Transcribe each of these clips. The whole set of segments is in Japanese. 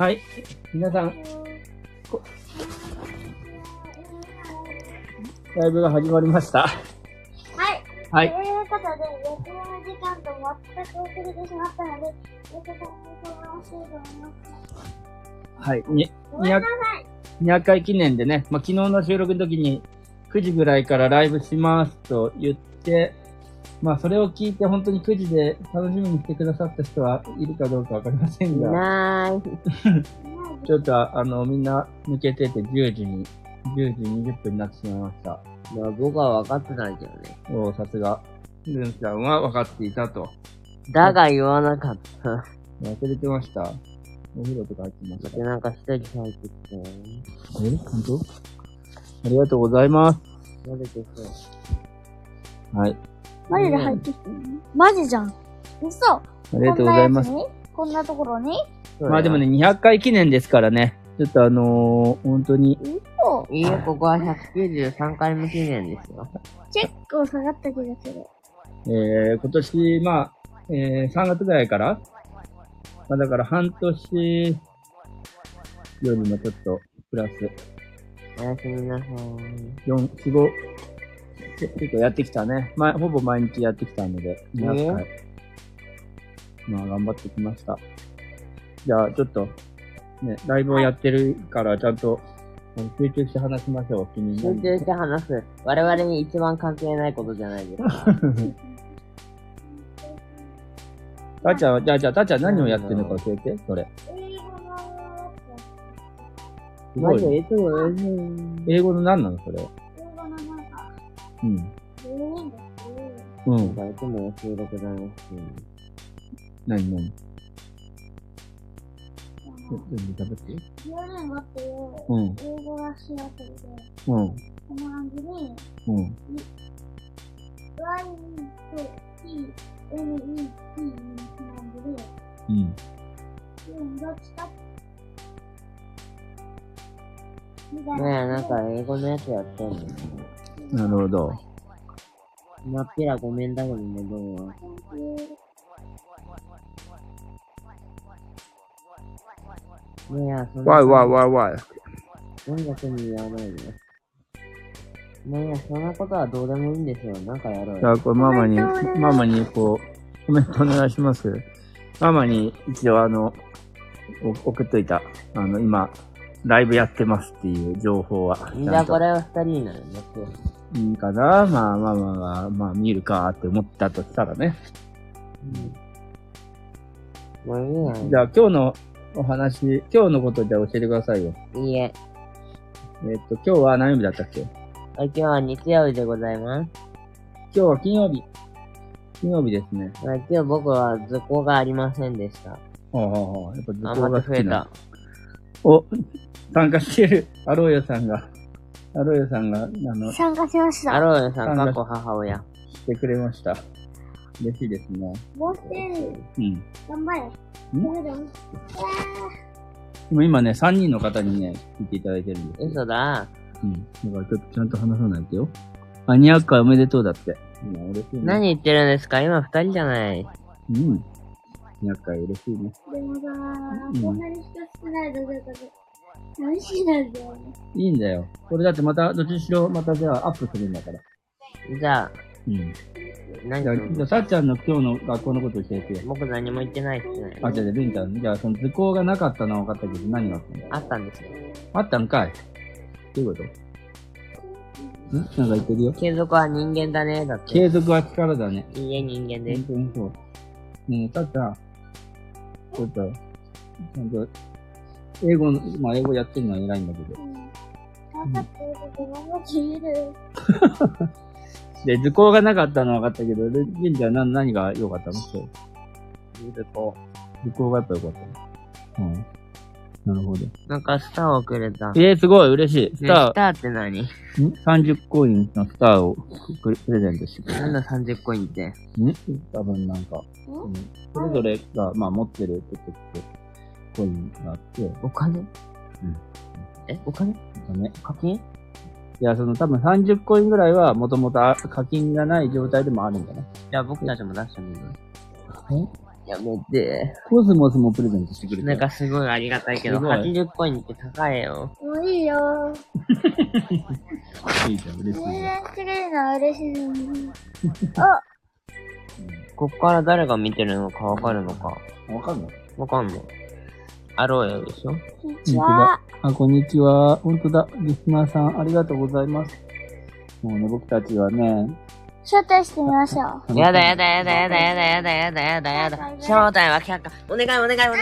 はい。皆さん、ライブが始まりました。 はい。 はい。 ということで、予定の時間と全く遅れてしまったので、ゆうかさんに相談しようと思います。 はい。 ごめんなさい。 200回記念でね、昨日の収録の時に9時ぐらいからライブしますと言って、それを聞いて本当に9時で楽しみにしてくださった人はいるかどうかわかりませんが。 いない。 ちょっとみんな抜けてて10時20分になってしまいました。 僕は分かってないけどね。 おさすが。ルンさんは分かっていたと。 だが言わなかった。 忘れてました。お風呂とか入ってました。 なんか一人入ってきて。 本当？ありがとうございます。 慣れてそう。 はい。 マジで入ってきてるの？マジじゃん。嘘。 ありがとうございます。 こんなところに？ でもね、200回記念ですからね。ちょっと本当に。 嘘。 いいよ、ここは193回目記念ですよ。 結構下がった気がする。 今年、3月ぐらいから、だから半年よりもちょっとプラス。 おやすみなさい。 4、4、5、結構やってきたね。ほぼ毎日やってきたので、200回。頑張ってきました。じゃあ、ちょっと、ね、ライブをやってるから、ちゃんと、集中して話しましょう、君に。 集中して話す。我々に一番関係ないことじゃないですか。 たっちゃん、じゃあ、たっちゃん何をやってるのか教えて、それ。 マジでいつも英語の何なのそれ。 英語のなんか、 うん。 いつも収録だね。 何食べて。 デュオリンゴっていう、英語らしいアプリで、こんな感じに、Y と T、N、E、T につなんで、どっちかみたいな。 なんか英語のやつやってんの。 なるほど。 まっぴらごめんだけどね、どうも。 わい。 音楽に言わないで。そんなことはどうでもいいんですよ。なんかやろうよ。 じゃあ、これママにコメントお願いします。ママに一応送っといた。今、ライブやってますっていう情報は。 じゃあこれは二人になるんだって。 いいかな？ママが、見るかって思ったとしたらね。 もういいやん。 じゃあ今日のお話、今日のことじゃあ教えてくださいよ。 いいえ。 今日は何曜日だったっけ？ 今日は日曜日でございます。 今日は金曜日。金曜日ですね。 今日僕は図工がありませんでした。 やっぱ図工が好きな。 お、 参加してる。アローヨさんが、 参加しました。 アローヨさん、過去母親。 してくれました。嬉しいですね。 もうしてる。頑張れ。 今ね、3人の方にね、聞いていただいてるんです。 嘘だ。 だからちょっとちゃんと話さないとよ。200回おめでとうだって。嬉しいね。 何言ってるんですか？今2人じゃない。 200回嬉しいね。 でもさ、こんなにしか少ないのだから、寂しいなんだよね。 いいんだよ。これだってまた、どっちにしろまたじゃあアップするんだから。 じゃあ、 じゃあ、さっちゃんの今日の学校のこと教えてよ。 僕何も言ってないっすね。 じゃあ、ルンちゃん。じゃあ、その図工がなかったのは分かったけど、何があったんだよ。 あったんですよ。 あったんかい。どういうこと？なんか言ってるよ。 継続は人間だね、だって。 継続は力だね。 いいえ、人間です。 本当にそう。ねえ、さっちゃん。ちょっと、ちゃんと、英語やってるのは偉いんだけど。 分かってるけど、もう消える。 で、図工がなかったのは分かったけど、レンジは何が良かったの？そう。図工がやっぱ良かったの。なるほど。 なんかスターをくれた。 すごい嬉しい。 スターって何 ？30コインのスターをプレゼントしてくれる。 なんだ30コインって。 多分なんか、それぞれが、持ってるコインがあって。 お金？お金？課金？ いや、多分30コインぐらいはもともと課金がない状態でもあるんだね。 じゃあ僕たちも出してみる。 やめて。 コスモスもプレゼントしてくれた。 なんかすごいありがたいけど、 すごい 80コインって高いよ。 もういいよ。 いいじゃん、嬉しいじゃん。 全然くれるのは嬉しいのに。 こっから誰が見てるのかわかるのか。 わかんない。 わかんない。アロエでしょ？ こんにちは。 あ、こんにちは。ほんとだ。リスナーさん、ありがとうございます。もうね、僕たちはね、 招待してみましょう。 やだやだやだやだやだやだやだやだやだ。招待は却下。お願いお願いお願い。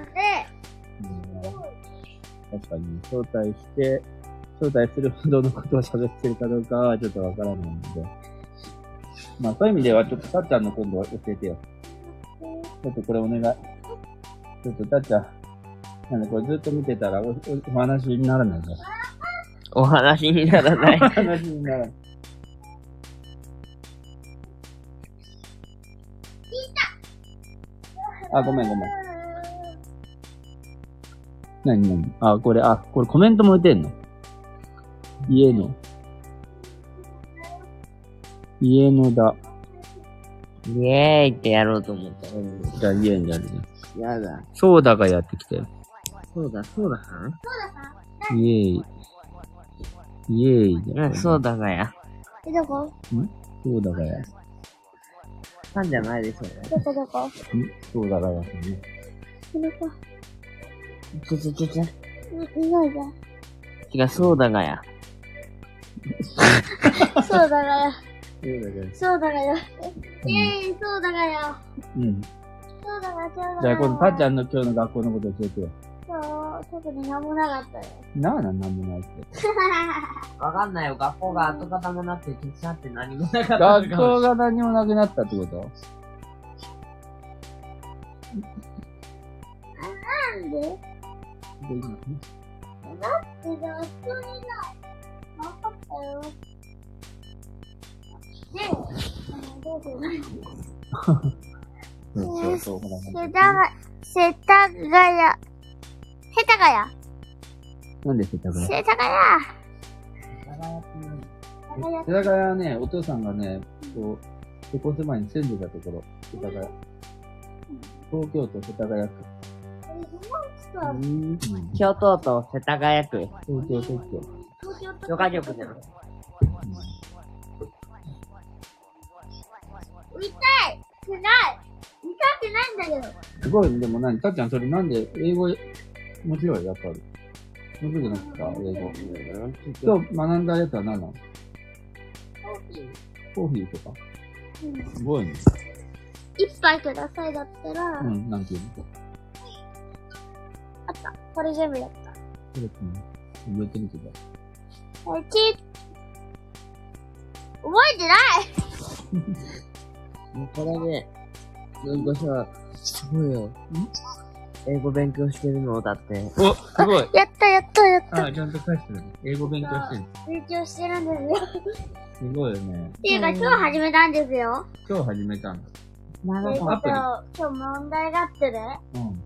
確かに、招待して、招待するほどのことを喋ってるかどうかはちょっとわからないので。まあ、そういう意味では、ちょっとたっちゃんの今度は教えてよ。ちょっとこれお願い。ちょっとたっちゃん、なんでこれずっと見てたらお話にならないから。 お話にならない。 話にならない。あ、ごめんごめん。なにあ、これコメントも打てんの？家のだ。 イエーイってやろうと思った。 じゃあ家にやるね。 やだ。 ソーダがやってきたよ。 そうだはん？ イエーイ。イエーイだよ。 そうだがや。 どこ？ ソーダがや。 ファンじゃないでしょうね。 どこ？ ソーダがやね。 どこ？いないじゃん。 違う、そうだがや。 そうだがや。 そうだがや。 そうだがや。イェーイ、そうだがや。 うん。 そうだがや。 じゃあ、今度、たっちゃんの今日の学校のこと教えてよ。 そう、特になんもなかったよ。 なんもないって。 わかんないよ。学校が跡形もなくて、消しちゃって何もなかった。 学校が何もなくなったってことなんで？だって学校にない。わかったよ。で、どうするそう、ほら。 世田谷。 なんで世田谷？ 世田谷。 世田谷はね、お父さんがね、結婚する前に住んでたところ、世田谷。東京都世田谷区。 京都と世田谷区。 東京。 許可局じゃん。 見たいくない見たくないんだけど。 すごいね、でもたっちゃんそれなんで、英語、面白いやっぱり。面白くなった英語。今日学んだやつは何なの？コーヒーとか。すごいね。 一杯くださいだったら、 なんていうの？ あった。これ全部やった。 これって覚えてみてた。 覚えてないこれね、なんかさ、すごいよ。英語勉強してるのだって。 お、すごい。 やった。 あ、ちゃんと返してる。英語勉強してる。 勉強してるんですよ。 すごいよね。 っていうか、今日始めたんですよ。 今日始めたんだ。 なるほど。 アプリ。 今日問題があってね、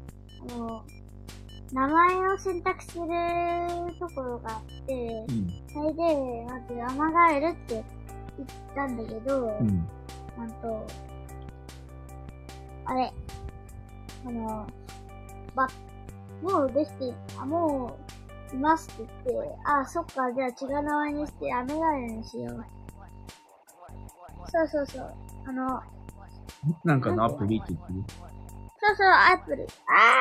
名前を選択するところがあって、それで、まずアマガエルって言ったんだけど、なんと、あれ、もうできて、もういますって言って、そっか、じゃあ違う名前にして、アメガエルにしよう。そう。 なんかのアプリって言ってる？ そう、アプリ。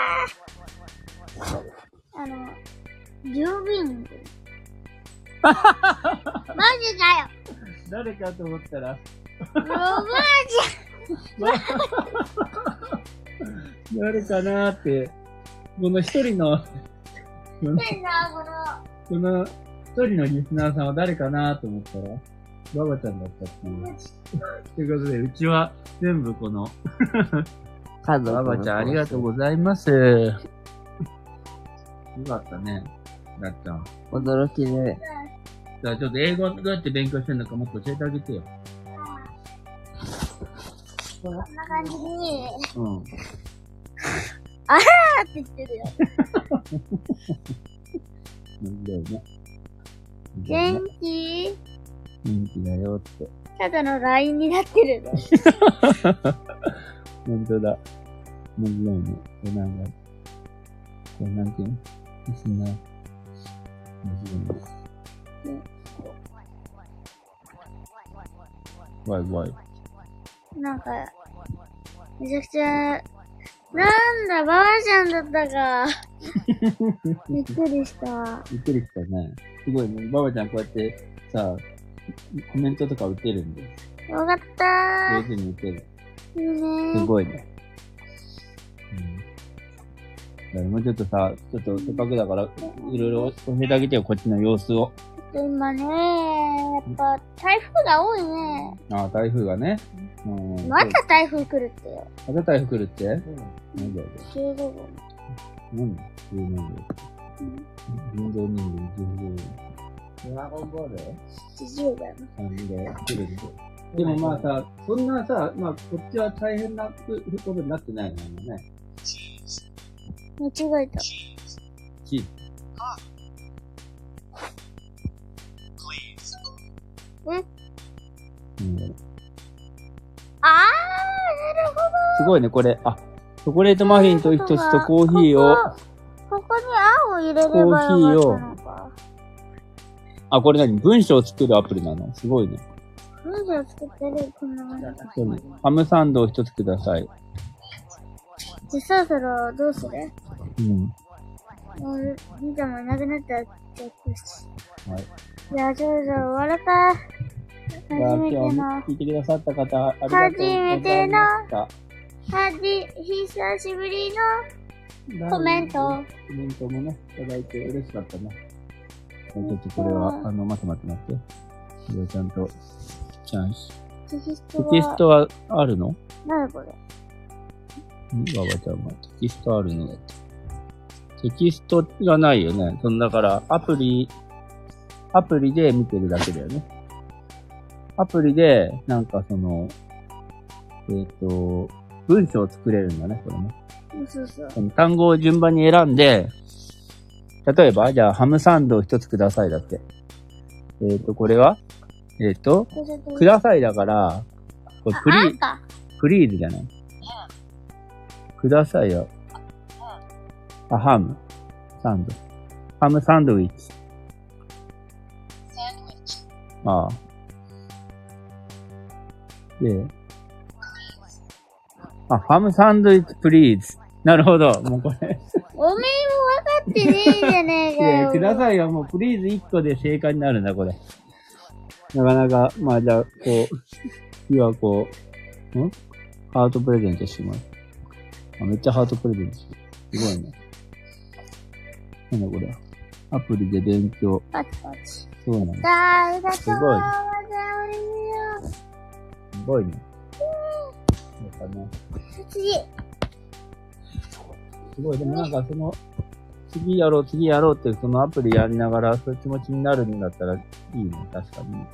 郵便局。マジかよ。 誰かと思ったら。 おばあ誰かなーって、この一人の、この一人のリスナーさんは誰かなーと思ったら、ババちゃんだったっていう。ということで、うちは全部この、ババちゃんありがとうございます。よかったね、だっちゃん。 驚きね。 じゃあちょっと英語どうやって勉強してんのかもっと教えてあげてよ。 こんな感じに、 あーって言ってるよ。 だよね。 元気だよって。 ただの LINE になってるの。 本当だ。 同じように、これなんていうの石の、同じように。わいわい。 なんか、めちゃくちゃ、なんだ、ばあちゃんだったか。びっくりした。 びっくりしたね。すごいね。ばばちゃんこうやってさ、コメントとか打てるんで。 よかったー。 上手に打てる。 いいね。 すごいね。もうちょっとさ、せっかくだから、いろいろ教えてあげてよ、こっちの様子を。 今ね、やっぱ台風が多いね。 ああ、台風がね。 また台風来るってよ。 また台風来るって？なんだよ。 15号。 なんで15号。人造人間15号。 ドラゴンボール 80だよ。 感じで来るんで。でもまあさ、そんなさ、まあこっちは大変なことになってないのね。 間違えた。 チーズ。 あー、なるほど。 すごいね、これ。あ、チョコレートマフィンと一つとコーヒーを。 ここに青を入れればよかったのか。 あ、これ何？文章を作るアプリなの？すごいね。 文章を作ってる、こんな感じ。 ハムサンドを一つください。 じゃ、そろそろどうする？もう、みーちゃんもいなくなったら、チェックし。 はい。 じゃあ、そろそろ終わるか。 じゃあ、今日聞いてくださった方、ありがとうございました。 久しぶりのコメント。 コメントもね、いただいて嬉しかったね。ちょっとこれは、待って。これはちゃんと、テキストはあるの？ なにこれ？ ばばちゃんがテキストあるの？テキストがないよね。だから、アプリで見てるだけだよね。アプリで、なんか文章を作れるんだね、これね。 そう。 その単語を順番に選んで、例えば、じゃあ、ハムサンドを一つくださいだって。これはくださいだから、これプリーズじゃない？くださいよ。ハムサンド。ハムサンドイッチ。ああ。で、ハムサンドイッチプリーズ。なるほど。もうこれ。 おめえも分かってねえじゃねえかよ。 くださいよ。もうプリーズ1個で正解になるんだ、これ。なかなか、まあじゃあ、次はハートプレゼントします。めっちゃハートプレゼントする。すごいね。なんだこれ。アプリで勉強。 パチパチ。 そうなんだ。 ありがとう。 すごい。すごいね。やっぱね。 次。 すごい。でもなんか次やろうってそのアプリやりながらそういう気持ちになるんだったらいいね。確かに。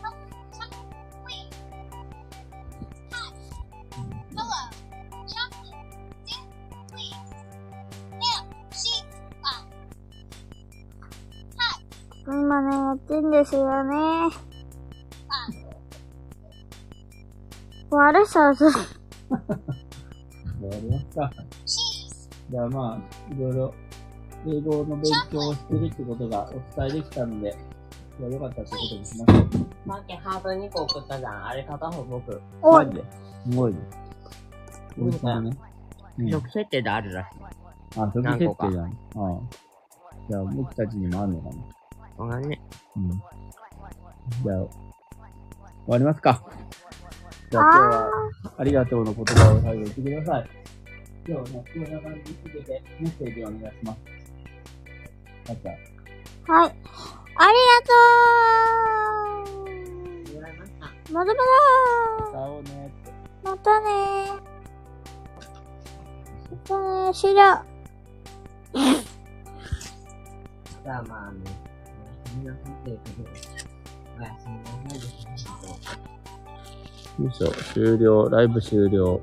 今ね、やってんですよね。悪さず。 やりますか。じゃあまあ、いろいろ英語の勉強をしてるってことがお伝えできたので、よかったってことにしましょう。 さっきハート2個送ったじゃん。あれ片方僕。 マジで？すごいね。 おいしいね。初期設定であるらしい。 初期設定じゃん。じゃあ僕たちにもあるのかな。 そうだね。 じゃあ、終わりますか。じゃあ今日は、ありがとうの言葉を最後に言ってください。今日ね、こんな感じに続けてメッセージをお願いします。 はい。ありがとう。まだまたね終了。 じゃあまあね、みんな見てるけど、おやすみなさいですね。 よいしょ、終了、ライブ終了。